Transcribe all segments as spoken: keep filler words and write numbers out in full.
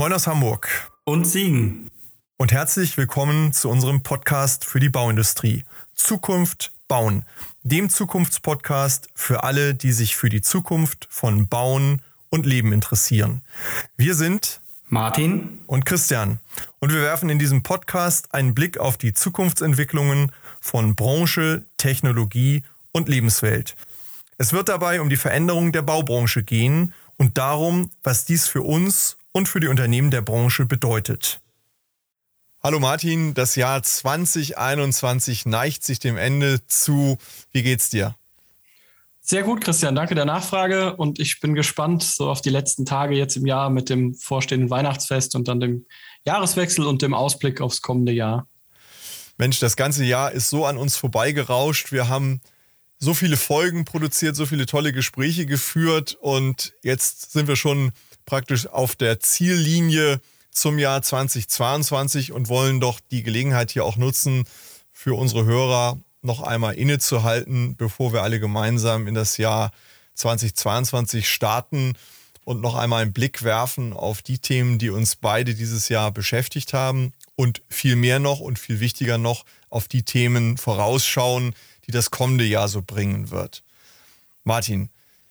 Moin aus Hamburg und Siegen und herzlich willkommen zu unserem Podcast für die Bauindustrie. Zukunft bauen, dem Zukunftspodcast für alle, die sich für die Zukunft von Bauen und Leben interessieren. Wir sind Martin und Christian und wir werfen in diesem Podcast einen Blick auf die Zukunftsentwicklungen von Branche, Technologie und Lebenswelt. Es wird dabei um die Veränderung der Baubranche gehen und darum, was dies für uns und für die Unternehmen der Branche bedeutet. Hallo Martin, das Jahr zwanzig einundzwanzig neigt sich dem Ende zu. Wie geht's dir? Sehr gut, Christian, danke der Nachfrage und ich bin gespannt so auf die letzten Tage jetzt im Jahr mit dem vorstehenden Weihnachtsfest und dann dem Jahreswechsel und dem Ausblick aufs kommende Jahr. Mensch, das ganze Jahr ist so an uns vorbeigerauscht. Wir haben so viele Folgen produziert, so viele tolle Gespräche geführt und jetzt sind wir schon praktisch auf der Ziellinie zum Jahr zwanzig zweiundzwanzig und wollen doch die Gelegenheit hier auch nutzen, für unsere Hörer noch einmal innezuhalten, bevor wir alle gemeinsam in das Jahr zwanzig zweiundzwanzig starten und noch einmal einen Blick werfen auf die Themen, die uns beide dieses Jahr beschäftigt haben und viel mehr noch und viel wichtiger noch auf die Themen vorausschauen, die das kommende Jahr so bringen wird. Martin,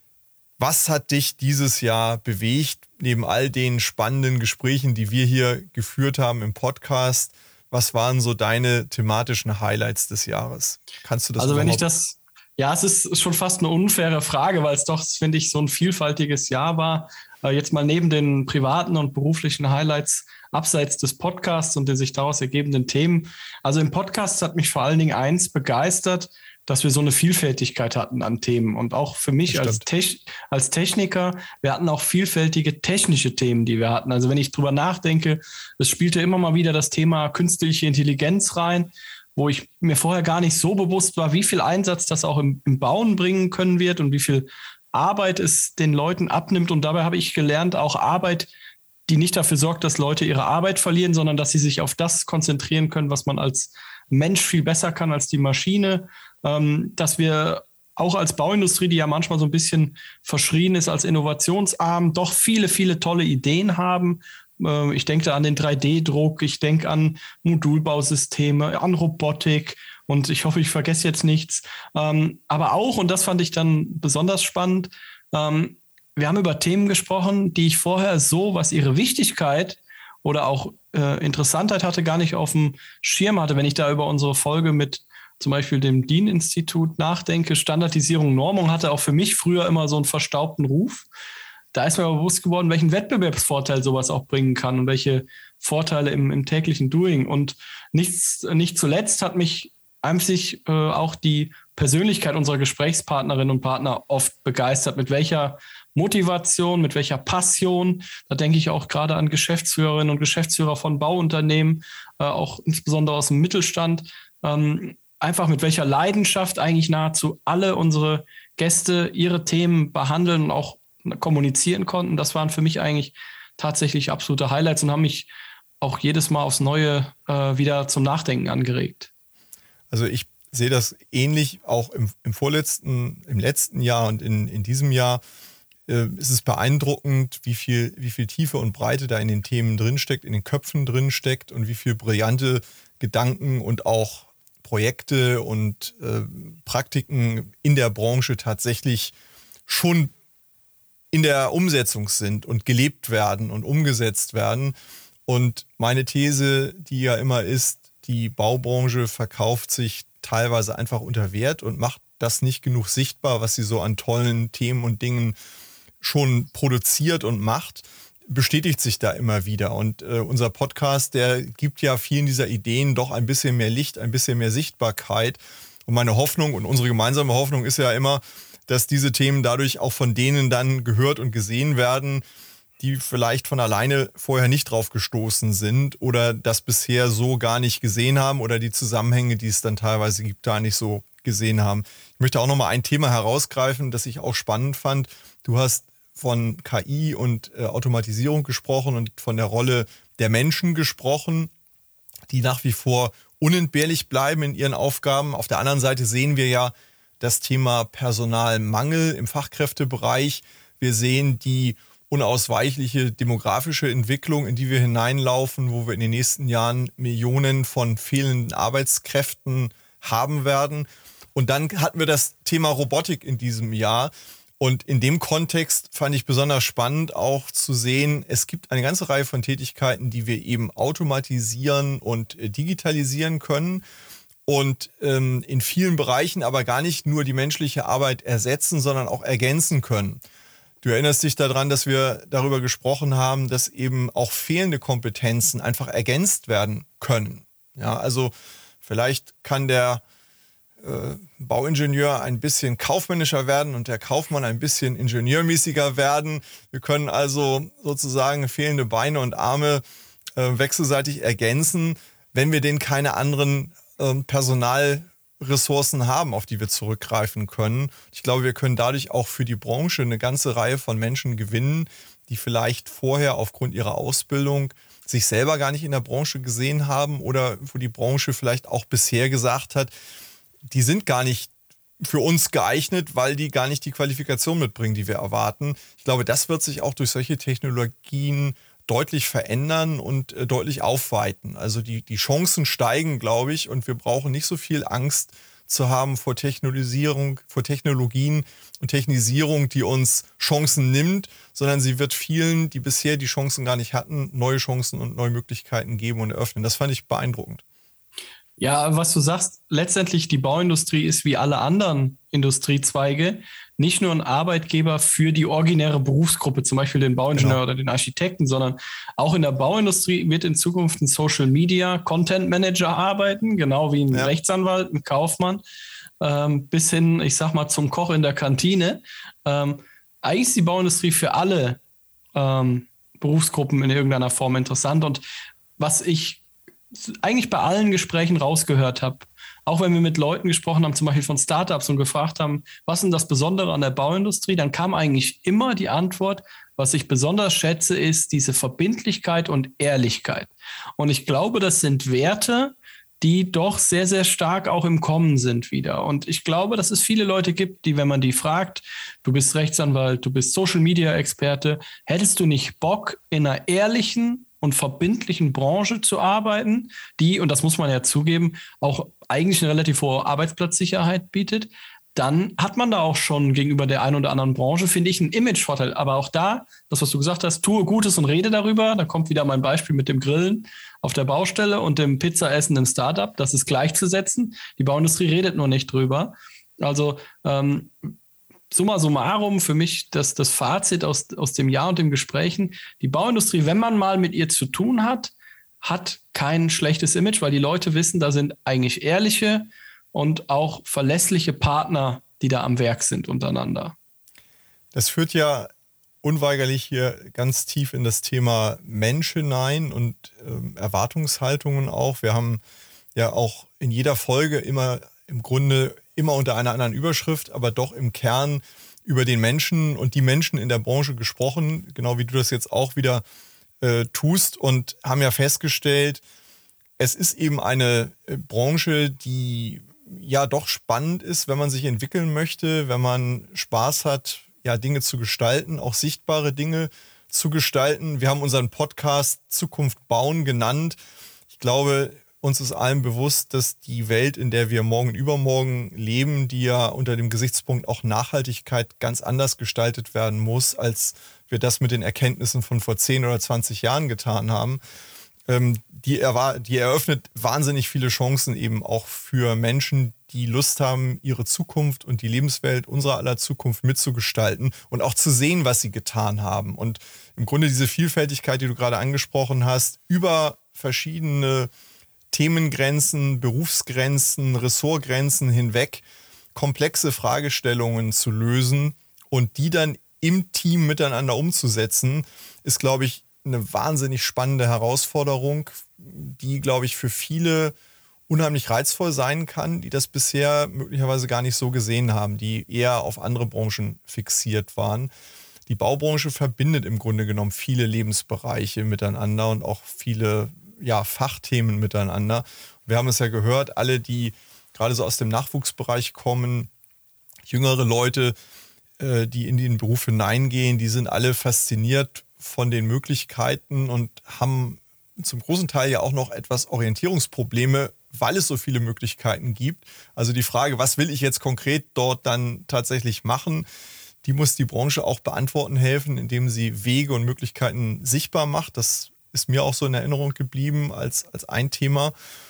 was hat dich dieses Jahr bewegt, neben all den spannenden Gesprächen, die wir hier geführt haben im Podcast? Was waren so deine thematischen Highlights des Jahres? Kannst du das Also wenn ich das, ja, es ist schon fast eine unfaire Frage, weil es doch, finde ich, so ein vielfältiges Jahr war. Jetzt mal neben den privaten und beruflichen Highlights abseits des Podcasts und den sich daraus ergebenden Themen. Also im Podcast hat mich vor allen Dingen eins begeistert, dass wir so eine Vielfältigkeit hatten an Themen. Und auch für mich als, Te- als Techniker, wir hatten auch vielfältige technische Themen, die wir hatten. Also wenn ich drüber nachdenke, es spielte immer mal wieder das Thema künstliche Intelligenz rein, wo ich mir vorher gar nicht so bewusst war, wie viel Einsatz das auch im, im Bauen bringen können wird und wie viel Arbeit es den Leuten abnimmt. Und dabei habe ich gelernt, auch Arbeit, die nicht dafür sorgt, dass Leute ihre Arbeit verlieren, sondern dass sie sich auf das konzentrieren können, was man als Mensch viel besser kann als die Maschine. Ähm, dass wir auch als Bauindustrie, die ja manchmal so ein bisschen verschrien ist als innovationsarm, doch viele, viele tolle Ideen haben. Äh, ich denke an den drei D Druck, ich denke an Modulbausysteme, an Robotik und ich hoffe, ich vergesse jetzt nichts. Ähm, aber auch, und das fand ich dann besonders spannend, ähm, wir haben über Themen gesprochen, die ich vorher so, was ihre Wichtigkeit oder auch äh, Interessantheit hatte, gar nicht auf dem Schirm hatte. Wenn ich da über unsere Folge mit zum Beispiel dem D I N-Institut nachdenke, Standardisierung, Normung hatte auch für mich früher immer so einen verstaubten Ruf. Da ist mir aber bewusst geworden, welchen Wettbewerbsvorteil sowas auch bringen kann und welche Vorteile im, im täglichen Doing. Und nichts, nicht zuletzt hat mich einfach äh, auch die Persönlichkeit unserer Gesprächspartnerinnen und Partner oft begeistert, mit welcher Motivation, mit welcher Passion. Da denke ich auch gerade an Geschäftsführerinnen und Geschäftsführer von Bauunternehmen, äh, auch insbesondere aus dem Mittelstand. Ähm, einfach mit welcher Leidenschaft eigentlich nahezu alle unsere Gäste ihre Themen behandeln und auch kommunizieren konnten. Das waren für mich eigentlich tatsächlich absolute Highlights und haben mich auch jedes Mal aufs Neue äh, wieder zum Nachdenken angeregt. Also ich sehe das ähnlich auch im, im vorletzten, im letzten Jahr und in, in diesem Jahr. Äh, ist es beeindruckend, wie viel, wie viel Tiefe und Breite da in den Themen drinsteckt, in den Köpfen drinsteckt und wie viel brillante Gedanken und auch Projekte und äh, Praktiken in der Branche tatsächlich schon in der Umsetzung sind und gelebt werden und umgesetzt werden. Und meine These, die ja immer ist, die Baubranche verkauft sich teilweise einfach unter Wert und macht das nicht genug sichtbar, was sie so an tollen Themen und Dingen schon produziert und macht, bestätigt sich da immer wieder. Und äh, unser Podcast, der gibt ja vielen dieser Ideen doch ein bisschen mehr Licht, ein bisschen mehr Sichtbarkeit. Und meine Hoffnung und unsere gemeinsame Hoffnung ist ja immer, dass diese Themen dadurch auch von denen dann gehört und gesehen werden, die vielleicht von alleine vorher nicht drauf gestoßen sind oder das bisher so gar nicht gesehen haben oder die Zusammenhänge, die es dann teilweise gibt, gar nicht so gesehen haben. Ich möchte auch noch mal ein Thema herausgreifen, das ich auch spannend fand. Du hast von K I und äh, Automatisierung gesprochen und von der Rolle der Menschen gesprochen, die nach wie vor unentbehrlich bleiben in ihren Aufgaben. Auf der anderen Seite sehen wir ja das Thema Personalmangel im Fachkräftebereich. Wir sehen die unausweichliche demografische Entwicklung, in die wir hineinlaufen, wo wir in den nächsten Jahren Millionen von fehlenden Arbeitskräften haben werden. Und dann hatten wir das Thema Robotik in diesem Jahr. Und in dem Kontext fand ich besonders spannend auch zu sehen, es gibt eine ganze Reihe von Tätigkeiten, die wir eben automatisieren und digitalisieren können und ähm, in vielen Bereichen aber gar nicht nur die menschliche Arbeit ersetzen, sondern auch ergänzen können. Du erinnerst dich daran, dass wir darüber gesprochen haben, dass eben auch fehlende Kompetenzen einfach ergänzt werden können. Ja, also vielleicht kann der äh, Bauingenieur ein bisschen kaufmännischer werden und der Kaufmann ein bisschen ingenieurmäßiger werden. Wir können also sozusagen fehlende Beine und Arme äh, wechselseitig ergänzen, wenn wir denen keine anderen äh, Personalressourcen haben, auf die wir zurückgreifen können. Ich glaube, wir können dadurch auch für die Branche eine ganze Reihe von Menschen gewinnen, die vielleicht vorher aufgrund ihrer Ausbildung sich selber gar nicht in der Branche gesehen haben oder wo die Branche vielleicht auch bisher gesagt hat, die sind gar nicht für uns geeignet, weil die gar nicht die Qualifikation mitbringen, die wir erwarten. Ich glaube, das wird sich auch durch solche Technologien deutlich verändern und äh, deutlich aufweiten. Also die, die Chancen steigen, glaube ich, und wir brauchen nicht so viel Angst zu haben vor Technologisierung, vor Technologien und Technisierung, die uns Chancen nimmt, sondern sie wird vielen, die bisher die Chancen gar nicht hatten, neue Chancen und neue Möglichkeiten geben und eröffnen. Das fand ich beeindruckend. Ja, was du sagst, letztendlich die Bauindustrie ist wie alle anderen Industriezweige nicht nur ein Arbeitgeber für die originäre Berufsgruppe, zum Beispiel den Bauingenieur genau. oder den Architekten, sondern auch in der Bauindustrie wird in Zukunft ein Social Media Content Manager arbeiten, genau wie ein ja. Rechtsanwalt, ein Kaufmann, ähm, bis hin, ich sag mal, zum Koch in der Kantine. Ähm, eigentlich ist die Bauindustrie für alle ähm, Berufsgruppen in irgendeiner Form interessant. Und was ich eigentlich bei allen Gesprächen rausgehört habe, auch wenn wir mit Leuten gesprochen haben, zum Beispiel von Startups und gefragt haben, was ist denn das Besondere an der Bauindustrie, dann kam eigentlich immer die Antwort, was ich besonders schätze, ist diese Verbindlichkeit und Ehrlichkeit. Und ich glaube, das sind Werte, die doch sehr, sehr stark auch im Kommen sind wieder. Und ich glaube, dass es viele Leute gibt, die, wenn man die fragt, du bist Rechtsanwalt, du bist Social-Media-Experte, hättest du nicht Bock, in einer ehrlichen und verbindlichen Branche zu arbeiten, die, und das muss man ja zugeben, auch eigentlich eine relativ hohe Arbeitsplatzsicherheit bietet, dann hat man da auch schon gegenüber der einen oder anderen Branche, finde ich, einen Imagevorteil. Aber auch da, das, was du gesagt hast, tue Gutes und rede darüber. Da kommt wieder mein Beispiel mit dem Grillen auf der Baustelle und dem Pizzaessen im Startup. Das ist gleichzusetzen. Die Bauindustrie redet nur nicht drüber. Also ähm, summa summarum für mich das, das Fazit aus, aus dem Jahr und den Gesprächen. Die Bauindustrie, wenn man mal mit ihr zu tun hat, hat kein schlechtes Image, weil die Leute wissen, da sind eigentlich ehrliche und auch verlässliche Partner, die da am Werk sind untereinander. Das führt ja unweigerlich hier ganz tief in das Thema Mensch hinein und ähm, Erwartungshaltungen auch. Wir haben ja auch in jeder Folge immer im Grunde immer unter einer anderen Überschrift, aber doch im Kern über den Menschen und die Menschen in der Branche gesprochen, genau wie du das jetzt auch wieder äh, tust und haben ja festgestellt, es ist eben eine äh, Branche, die ja doch spannend ist, wenn man sich entwickeln möchte, wenn man Spaß hat, ja Dinge zu gestalten, auch sichtbare Dinge zu gestalten. Wir haben unseren Podcast Zukunft bauen genannt. Ich glaube, uns ist allen bewusst, dass die Welt, in der wir morgen und übermorgen leben, die ja unter dem Gesichtspunkt auch Nachhaltigkeit ganz anders gestaltet werden muss, als wir das mit den Erkenntnissen von vor zehn oder zwanzig Jahren getan haben. Ähm, die, erwa- die eröffnet wahnsinnig viele Chancen eben auch für Menschen, die Lust haben, ihre Zukunft und die Lebenswelt unserer aller Zukunft mitzugestalten und auch zu sehen, was sie getan haben. Und im Grunde diese Vielfältigkeit, die du gerade angesprochen hast, über verschiedene Themengrenzen, Berufsgrenzen, Ressortgrenzen hinweg komplexe Fragestellungen zu lösen und die dann im Team miteinander umzusetzen, ist, glaube ich, eine wahnsinnig spannende Herausforderung, die, glaube ich, für viele unheimlich reizvoll sein kann, die das bisher möglicherweise gar nicht so gesehen haben, die eher auf andere Branchen fixiert waren. Die Baubranche verbindet im Grunde genommen viele Lebensbereiche miteinander und auch viele ja, Fachthemen miteinander. Wir haben es ja gehört, alle, die gerade so aus dem Nachwuchsbereich kommen, jüngere Leute, äh, die in den Beruf hineingehen, die sind alle fasziniert von den Möglichkeiten und haben zum großen Teil ja auch noch etwas Orientierungsprobleme, weil es so viele Möglichkeiten gibt. Also die Frage, was will ich jetzt konkret dort dann tatsächlich machen, die muss die Branche auch beantworten helfen, indem sie Wege und Möglichkeiten sichtbar macht. Das ist mir auch so in Erinnerung geblieben als, als ein Thema.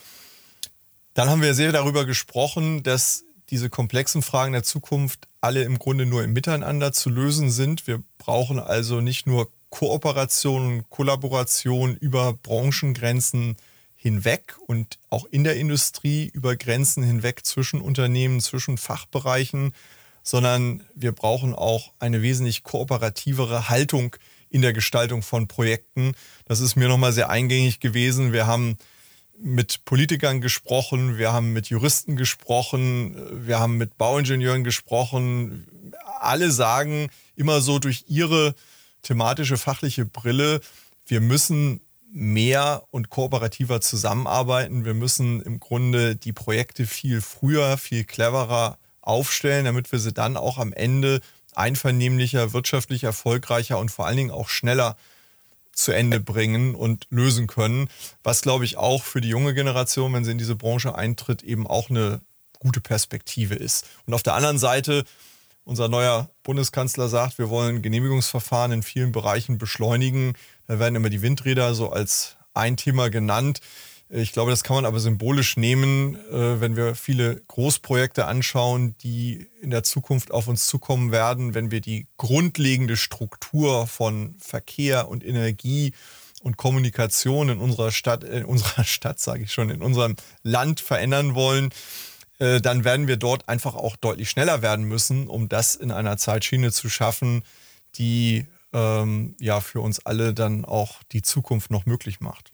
Dann haben wir sehr darüber gesprochen, dass diese komplexen Fragen der Zukunft alle im Grunde nur im Miteinander zu lösen sind. Wir brauchen also nicht nur Kooperation und Kollaboration über Branchengrenzen hinweg und auch in der Industrie über Grenzen hinweg zwischen Unternehmen, zwischen Fachbereichen, sondern wir brauchen auch eine wesentlich kooperativere Haltung in der Gestaltung von Projekten. Das ist mir nochmal sehr eingängig gewesen. Wir haben mit Politikern gesprochen, wir haben mit Juristen gesprochen, wir haben mit Bauingenieuren gesprochen. Alle sagen immer so durch ihre thematische, fachliche Brille, wir müssen mehr und kooperativer zusammenarbeiten. Wir müssen im Grunde die Projekte viel früher, viel cleverer aufstellen, damit wir sie dann auch am Ende einvernehmlicher, wirtschaftlich erfolgreicher und vor allen Dingen auch schneller zu Ende bringen und lösen können. Was, glaube ich, auch für die junge Generation, wenn sie in diese Branche eintritt, eben auch eine gute Perspektive ist. Und auf der anderen Seite, unser neuer Bundeskanzler sagt, wir wollen Genehmigungsverfahren in vielen Bereichen beschleunigen. Da werden immer die Windräder so als ein Thema genannt. Ich glaube, das kann man aber symbolisch nehmen, wenn wir viele Großprojekte anschauen, die in der Zukunft auf uns zukommen werden, wenn wir die grundlegende Struktur von Verkehr und Energie und Kommunikation in unserer Stadt, in unserer Stadt sage ich schon, in unserem Land verändern wollen, dann werden wir dort einfach auch deutlich schneller werden müssen, um das in einer Zeitschiene zu schaffen, die ähm, ja für uns alle dann auch die Zukunft noch möglich macht.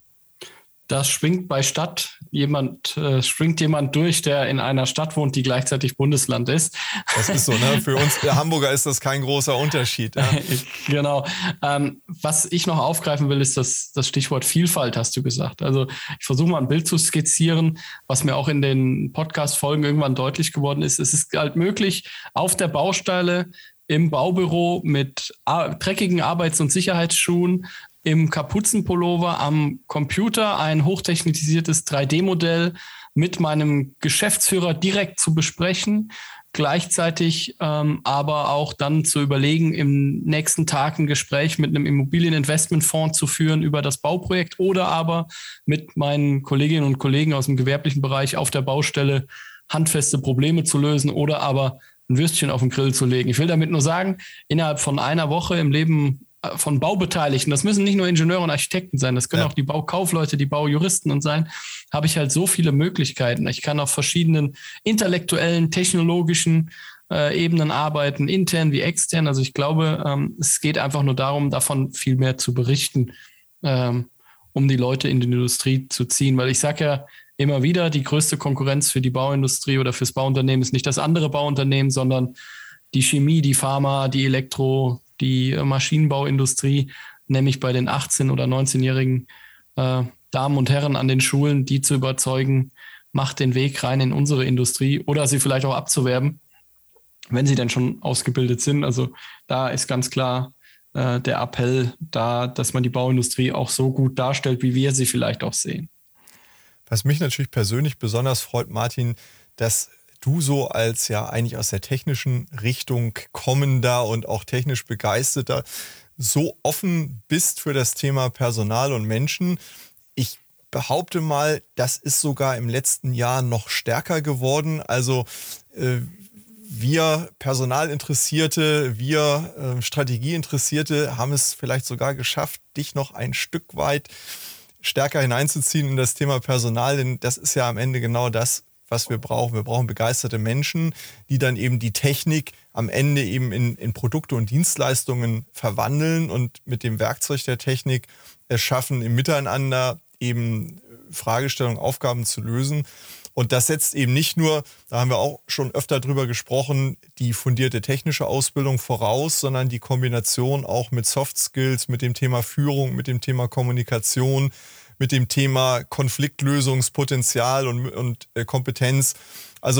Das schwingt bei Stadt jemand, äh, springt jemand durch, der in einer Stadt wohnt, die gleichzeitig Bundesland ist. Das ist so, ne? Für uns der Hamburger ist das kein großer Unterschied. Ja? Genau. Ähm, was ich noch aufgreifen will, ist das, das Stichwort Vielfalt, hast du gesagt. Also ich versuche mal ein Bild zu skizzieren, was mir auch in den Podcast-Folgen irgendwann deutlich geworden ist. Es ist halt möglich, auf der Baustelle, im Baubüro mit ar- dreckigen Arbeits- und Sicherheitsschuhen, im Kapuzenpullover am Computer ein hochtechnisiertes drei D Modell mit meinem Geschäftsführer direkt zu besprechen, gleichzeitig ähm, aber auch dann zu überlegen, im nächsten Tag ein Gespräch mit einem Immobilieninvestmentfonds zu führen über das Bauprojekt oder aber mit meinen Kolleginnen und Kollegen aus dem gewerblichen Bereich auf der Baustelle handfeste Probleme zu lösen oder aber ein Würstchen auf den Grill zu legen. Ich will damit nur sagen, innerhalb von einer Woche im Leben von Baubeteiligten, das müssen nicht nur Ingenieure und Architekten sein, das können ja auch die Baukaufleute, die Baujuristen und sein, habe ich halt so viele Möglichkeiten. Ich kann auf verschiedenen intellektuellen, technologischen äh, Ebenen arbeiten, intern wie extern. Also ich glaube, ähm, es geht einfach nur darum, davon viel mehr zu berichten, ähm, um die Leute in die Industrie zu ziehen. Weil ich sage ja immer wieder, die größte Konkurrenz für die Bauindustrie oder fürs Bauunternehmen ist nicht das andere Bauunternehmen, sondern die Chemie, die Pharma, die Elektro, die Maschinenbauindustrie, nämlich bei den achtzehn- oder neunzehnjährigen äh, Damen und Herren an den Schulen, die zu überzeugen, macht den Weg rein in unsere Industrie oder sie vielleicht auch abzuwerben, wenn sie denn schon ausgebildet sind. Also da ist ganz klar äh, der Appell da, dass man die Bauindustrie auch so gut darstellt, wie wir sie vielleicht auch sehen. Was mich natürlich persönlich besonders freut, Martin, dass du so als ja eigentlich aus der technischen Richtung kommender und auch technisch begeisterter so offen bist für das Thema Personal und Menschen. Ich behaupte mal, das ist sogar im letzten Jahr noch stärker geworden. Also äh, wir Personalinteressierte, wir äh, Strategieinteressierte haben es vielleicht sogar geschafft, dich noch ein Stück weit stärker hineinzuziehen in das Thema Personal, denn das ist ja am Ende genau das, was wir brauchen. Wir brauchen begeisterte Menschen, die dann eben die Technik am Ende eben in, in Produkte und Dienstleistungen verwandeln und mit dem Werkzeug der Technik es schaffen, im Miteinander eben Fragestellungen, Aufgaben zu lösen. Und das setzt eben nicht nur, da haben wir auch schon öfter drüber gesprochen, die fundierte technische Ausbildung voraus, sondern die Kombination auch mit Soft Skills, mit dem Thema Führung, mit dem Thema Kommunikation, mit dem Thema Konfliktlösungspotenzial und, und äh, Kompetenz. Also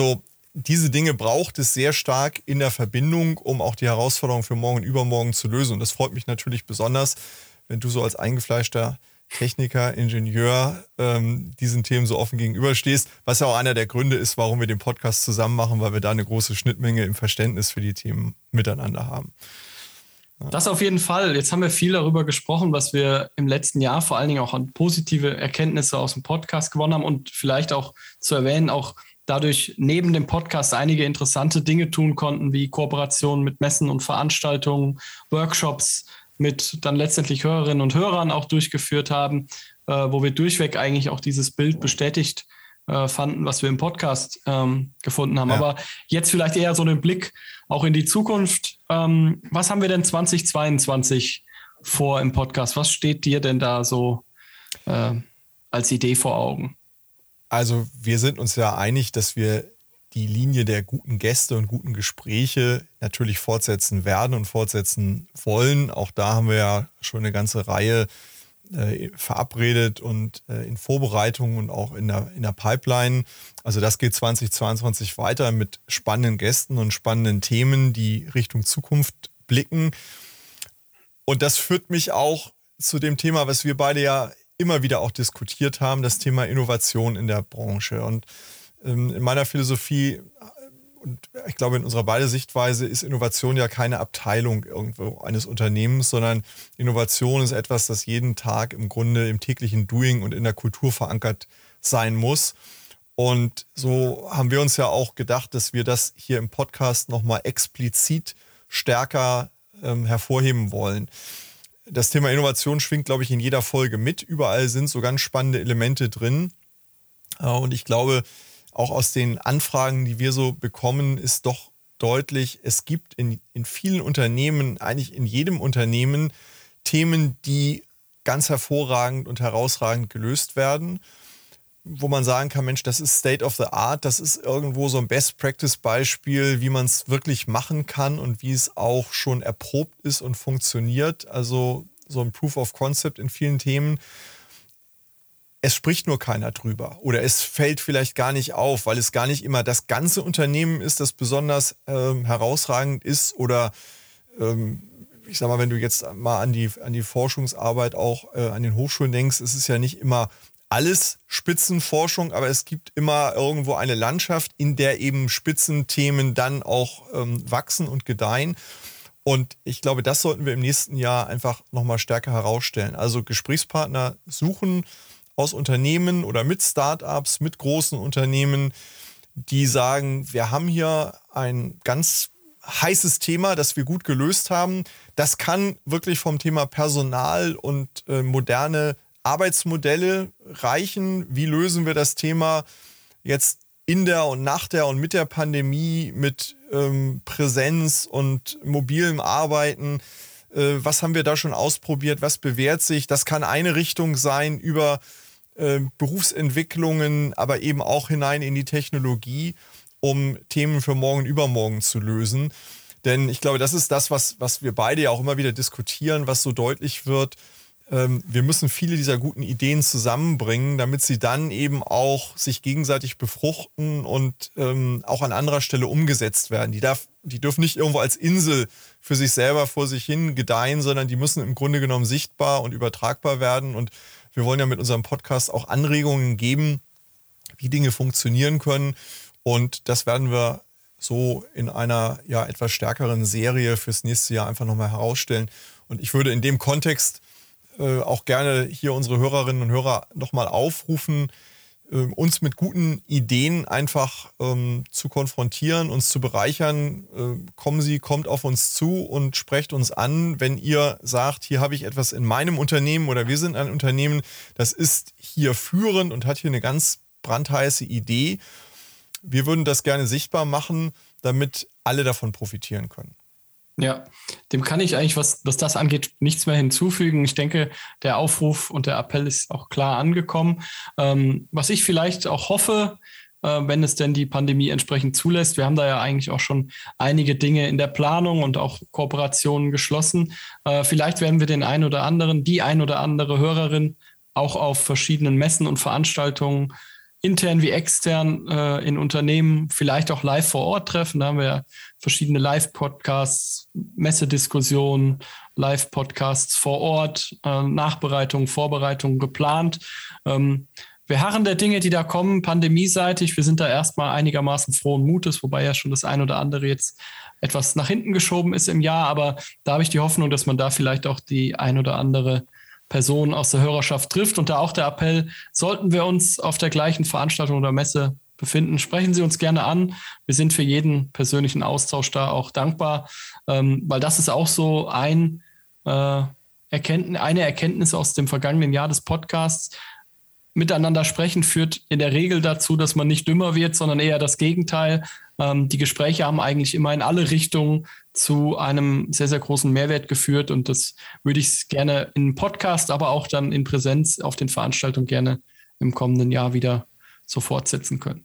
diese Dinge braucht es sehr stark in der Verbindung, um auch die Herausforderungen für morgen und übermorgen zu lösen. Und das freut mich natürlich besonders, wenn du so als eingefleischter Techniker, Ingenieur ähm, diesen Themen so offen gegenüberstehst, was ja auch einer der Gründe ist, warum wir den Podcast zusammen machen, weil wir da eine große Schnittmenge im Verständnis für die Themen miteinander haben. Ja. Das auf jeden Fall. Jetzt haben wir viel darüber gesprochen, was wir im letzten Jahr vor allen Dingen auch an positive Erkenntnisse aus dem Podcast gewonnen haben und vielleicht auch zu erwähnen, auch dadurch neben dem Podcast einige interessante Dinge tun konnten, wie Kooperationen mit Messen und Veranstaltungen, Workshops, mit dann letztendlich Hörerinnen und Hörern auch durchgeführt haben, äh, wo wir durchweg eigentlich auch dieses Bild bestätigt äh, fanden, was wir im Podcast ähm, gefunden haben. Ja. Aber jetzt vielleicht eher so den Blick auch in die Zukunft. Ähm, was haben wir denn zwanzig zweiundzwanzig vor im Podcast? Was steht dir denn da so äh, als Idee vor Augen? Also wir sind uns ja einig, dass wir die Linie der guten Gäste und guten Gespräche natürlich fortsetzen werden und fortsetzen wollen. Auch da haben wir ja schon eine ganze Reihe äh, verabredet und äh, in Vorbereitung und auch in der, in der Pipeline. Also das geht zwanzig zweiundzwanzig weiter mit spannenden Gästen und spannenden Themen, die Richtung Zukunft blicken. Und das führt mich auch zu dem Thema, was wir beide ja immer wieder auch diskutiert haben, das Thema Innovation in der Branche. Und in meiner Philosophie und ich glaube in unserer beiden Sichtweise ist Innovation ja keine Abteilung irgendwo eines Unternehmens, sondern Innovation ist etwas, das jeden Tag im Grunde im täglichen Doing und in der Kultur verankert sein muss. Und so haben wir uns ja auch gedacht, dass wir das hier im Podcast nochmal explizit stärker ähm, hervorheben wollen. Das Thema Innovation schwingt, glaube ich, in jeder Folge mit. Überall sind so ganz spannende Elemente drin. Und ich glaube, auch aus den Anfragen, die wir so bekommen, ist doch deutlich, es gibt in, in vielen Unternehmen, eigentlich in jedem Unternehmen, Themen, die ganz hervorragend und herausragend gelöst werden, wo man sagen kann, Mensch, das ist State of the Art, das ist irgendwo so ein Best-Practice-Beispiel, wie man es wirklich machen kann und wie es auch schon erprobt ist und funktioniert. Also so ein Proof of Concept in vielen Themen. Es spricht nur keiner drüber oder es fällt vielleicht gar nicht auf, weil es gar nicht immer das ganze Unternehmen ist, das besonders ähm, herausragend ist oder ähm, ich sag mal, wenn du jetzt mal an die, an die Forschungsarbeit auch äh, an den Hochschulen denkst, es ist ja nicht immer alles Spitzenforschung, aber es gibt immer irgendwo eine Landschaft, in der eben Spitzenthemen dann auch ähm, wachsen und gedeihen. Und ich glaube, das sollten wir im nächsten Jahr einfach nochmal stärker herausstellen. Also Gesprächspartner suchen aus Unternehmen oder mit Startups, mit großen Unternehmen, die sagen, wir haben hier ein ganz heißes Thema, das wir gut gelöst haben. Das kann wirklich vom Thema Personal und äh, moderne Arbeitsmodelle reichen. Wie lösen wir das Thema jetzt in der und nach der und mit der Pandemie mit ähm, Präsenz und mobilem Arbeiten? Äh, was haben wir da schon ausprobiert? Was bewährt sich? Das kann eine Richtung sein über äh, Berufsentwicklungen, aber eben auch hinein in die Technologie, um Themen für morgen und übermorgen zu lösen. Denn ich glaube, das ist das, was, was wir beide ja auch immer wieder diskutieren, was so deutlich wird. Ähm, wir müssen viele dieser guten Ideen zusammenbringen, damit sie dann eben auch sich gegenseitig befruchten und ähm, auch an anderer Stelle umgesetzt werden. Die, darf, die dürfen nicht irgendwo als Insel für sich selber vor sich hin gedeihen, sondern die müssen im Grunde genommen sichtbar und übertragbar werden. Und wir wollen ja mit unserem Podcast auch Anregungen geben, wie Dinge funktionieren können. Und das werden wir so in einer ja, etwas stärkeren Serie fürs nächste Jahr einfach nochmal herausstellen. Und ich würde in dem Kontext äh, auch gerne hier unsere Hörerinnen und Hörer nochmal aufrufen, äh, uns mit guten Ideen einfach ähm, zu konfrontieren, uns zu bereichern. Äh, kommen Sie, kommt auf uns zu und sprecht uns an, wenn ihr sagt, hier habe ich etwas in meinem Unternehmen oder wir sind ein Unternehmen, das ist hier führend und hat hier eine ganz brandheiße Idee. Wir würden das gerne sichtbar machen, damit alle davon profitieren können. Ja, dem kann ich eigentlich, was, was das angeht, nichts mehr hinzufügen. Ich denke, der Aufruf und der Appell ist auch klar angekommen. Ähm, was ich vielleicht auch hoffe, äh, wenn es denn die Pandemie entsprechend zulässt, wir haben da ja eigentlich auch schon einige Dinge in der Planung und auch Kooperationen geschlossen. Äh, vielleicht werden wir den ein oder anderen, die ein oder andere Hörerin auch auf verschiedenen Messen und Veranstaltungen intern wie extern äh, in Unternehmen vielleicht auch live vor Ort treffen. Da haben wir ja verschiedene Live-Podcasts, Messediskussionen, Live-Podcasts vor Ort, äh, Nachbereitungen, Vorbereitungen geplant. Ähm, wir harren der Dinge, die da kommen, pandemieseitig. Wir sind da erstmal einigermaßen frohen Mutes, wobei ja schon das ein oder andere jetzt etwas nach hinten geschoben ist im Jahr. Aber da habe ich die Hoffnung, dass man da vielleicht auch die ein oder andere Person aus der Hörerschaft trifft. Und da auch der Appell, sollten wir uns auf der gleichen Veranstaltung oder Messe befinden, sprechen Sie uns gerne an. Wir sind für jeden persönlichen Austausch da auch dankbar, ähm, weil das ist auch so ein, äh, Erkenntnis, eine Erkenntnis aus dem vergangenen Jahr des Podcasts. Miteinander sprechen führt in der Regel dazu, dass man nicht dümmer wird, sondern eher das Gegenteil. Ähm, die Gespräche haben eigentlich immer in alle Richtungen zu einem sehr, sehr großen Mehrwert geführt. Und das würde ich gerne in Podcast, aber auch dann in Präsenz auf den Veranstaltungen gerne im kommenden Jahr wieder so fortsetzen können.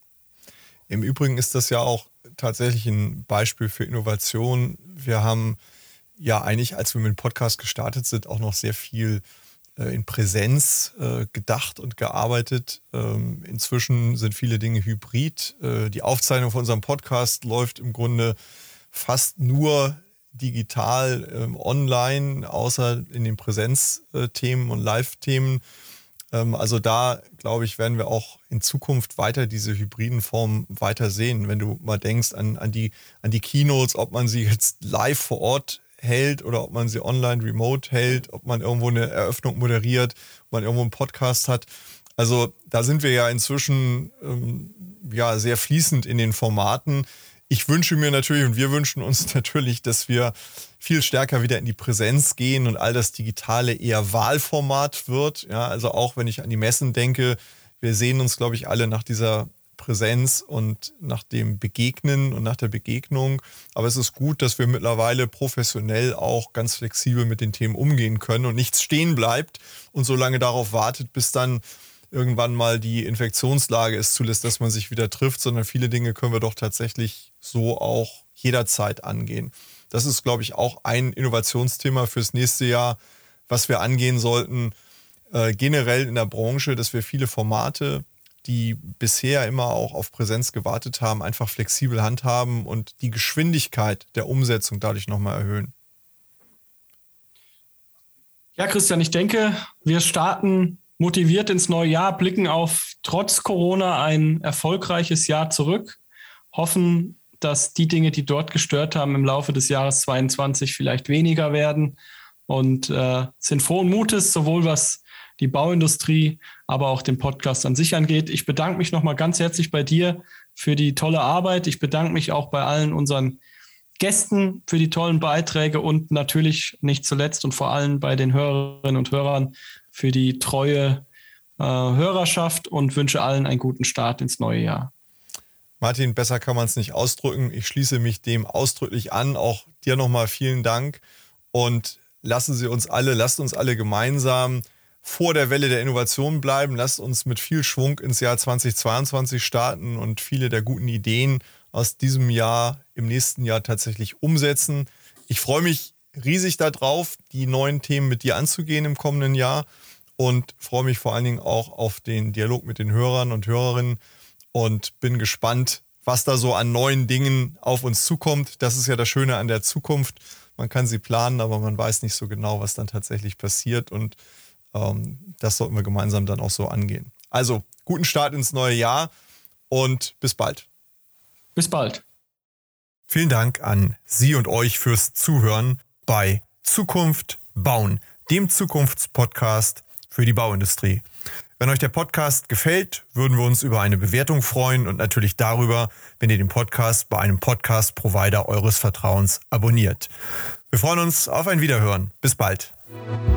Im Übrigen ist das ja auch tatsächlich ein Beispiel für Innovation. Wir haben ja eigentlich, als wir mit dem Podcast gestartet sind, auch noch sehr viel in Präsenz äh, gedacht und gearbeitet. Ähm, inzwischen sind viele Dinge hybrid. Äh, die Aufzeichnung von unserem Podcast läuft im Grunde fast nur digital ähm, online, außer in den Präsenzthemen und Live-Themen. Ähm, also da, glaube ich, werden wir auch in Zukunft weiter diese hybriden Formen weiter sehen. Wenn du mal denkst an, an, die, an die Keynotes, ob man sie jetzt live vor Ort hält oder ob man sie online remote hält, ob man irgendwo eine Eröffnung moderiert, ob man irgendwo einen Podcast hat. Also da sind wir ja inzwischen ähm, ja, sehr fließend in den Formaten. Ich wünsche mir natürlich und wir wünschen uns natürlich, dass wir viel stärker wieder in die Präsenz gehen und all das Digitale eher Wahlformat wird. Ja, also auch wenn ich an die Messen denke, wir sehen uns, glaube ich, alle nach dieser Präsenz und nach dem Begegnen und nach der Begegnung. Aber es ist gut, dass wir mittlerweile professionell auch ganz flexibel mit den Themen umgehen können und nichts stehen bleibt und so lange darauf wartet, bis dann irgendwann mal die Infektionslage es zulässt, dass man sich wieder trifft, sondern viele Dinge können wir doch tatsächlich so auch jederzeit angehen. Das ist, glaube ich, auch ein Innovationsthema fürs nächste Jahr, was wir angehen sollten, äh, generell in der Branche, dass wir viele Formate, die bisher immer auch auf Präsenz gewartet haben, einfach flexibel handhaben und die Geschwindigkeit der Umsetzung dadurch nochmal erhöhen. Ja, Christian, ich denke, wir starten motiviert ins neue Jahr, blicken auf trotz Corona ein erfolgreiches Jahr zurück, hoffen, dass die Dinge, die dort gestört haben, im Laufe des Jahres zweiundzwanzig vielleicht weniger werden und äh, sind frohen Mutes, sowohl was die Bauindustrie, aber auch den Podcast an sich angeht. Ich bedanke mich nochmal ganz herzlich bei dir für die tolle Arbeit. Ich bedanke mich auch bei allen unseren Gästen für die tollen Beiträge und natürlich nicht zuletzt und vor allem bei den Hörerinnen und Hörern für die treue äh, Hörerschaft und wünsche allen einen guten Start ins neue Jahr. Martin, besser kann man es nicht ausdrücken. Ich schließe mich dem ausdrücklich an. Auch dir nochmal vielen Dank und lassen Sie uns alle, lasst uns alle gemeinsam vor der Welle der Innovation bleiben. Lasst uns mit viel Schwung ins Jahr zweitausendzweiundzwanzig starten und viele der guten Ideen aus diesem Jahr im nächsten Jahr tatsächlich umsetzen. Ich freue mich riesig darauf, die neuen Themen mit dir anzugehen im kommenden Jahr und freue mich vor allen Dingen auch auf den Dialog mit den Hörern und Hörerinnen und bin gespannt, was da so an neuen Dingen auf uns zukommt. Das ist ja das Schöne an der Zukunft. Man kann sie planen, aber man weiß nicht so genau, was dann tatsächlich passiert und das sollten wir gemeinsam dann auch so angehen. Also, guten Start ins neue Jahr und bis bald. Bis bald. Vielen Dank an Sie und euch fürs Zuhören bei Zukunft bauen, dem Zukunftspodcast für die Bauindustrie. Wenn euch der Podcast gefällt, würden wir uns über eine Bewertung freuen und natürlich darüber, wenn ihr den Podcast bei einem Podcast-Provider eures Vertrauens abonniert. Wir freuen uns auf ein Wiederhören. Bis bald.